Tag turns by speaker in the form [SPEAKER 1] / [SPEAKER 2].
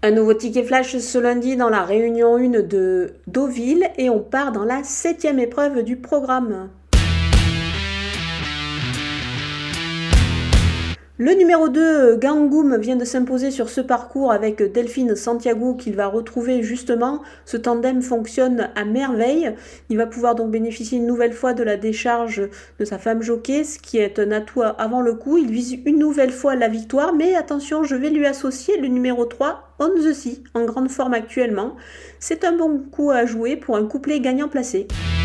[SPEAKER 1] Un nouveau ticket flash ce lundi dans la réunion 1 de Deauville et on part dans la 7e épreuve du programme. Le numéro 2, Gangoum, vient de s'imposer sur ce parcours avec Delphine Santiago qu'il va retrouver justement. Ce tandem fonctionne à merveille. Il va pouvoir donc bénéficier une nouvelle fois de la décharge de sa femme jockey, ce qui est un atout avant le coup. Il vise une nouvelle fois la victoire, mais attention, je vais lui associer le numéro 3, On the Sea, en grande forme actuellement. C'est un bon coup à jouer pour un couplet gagnant placé.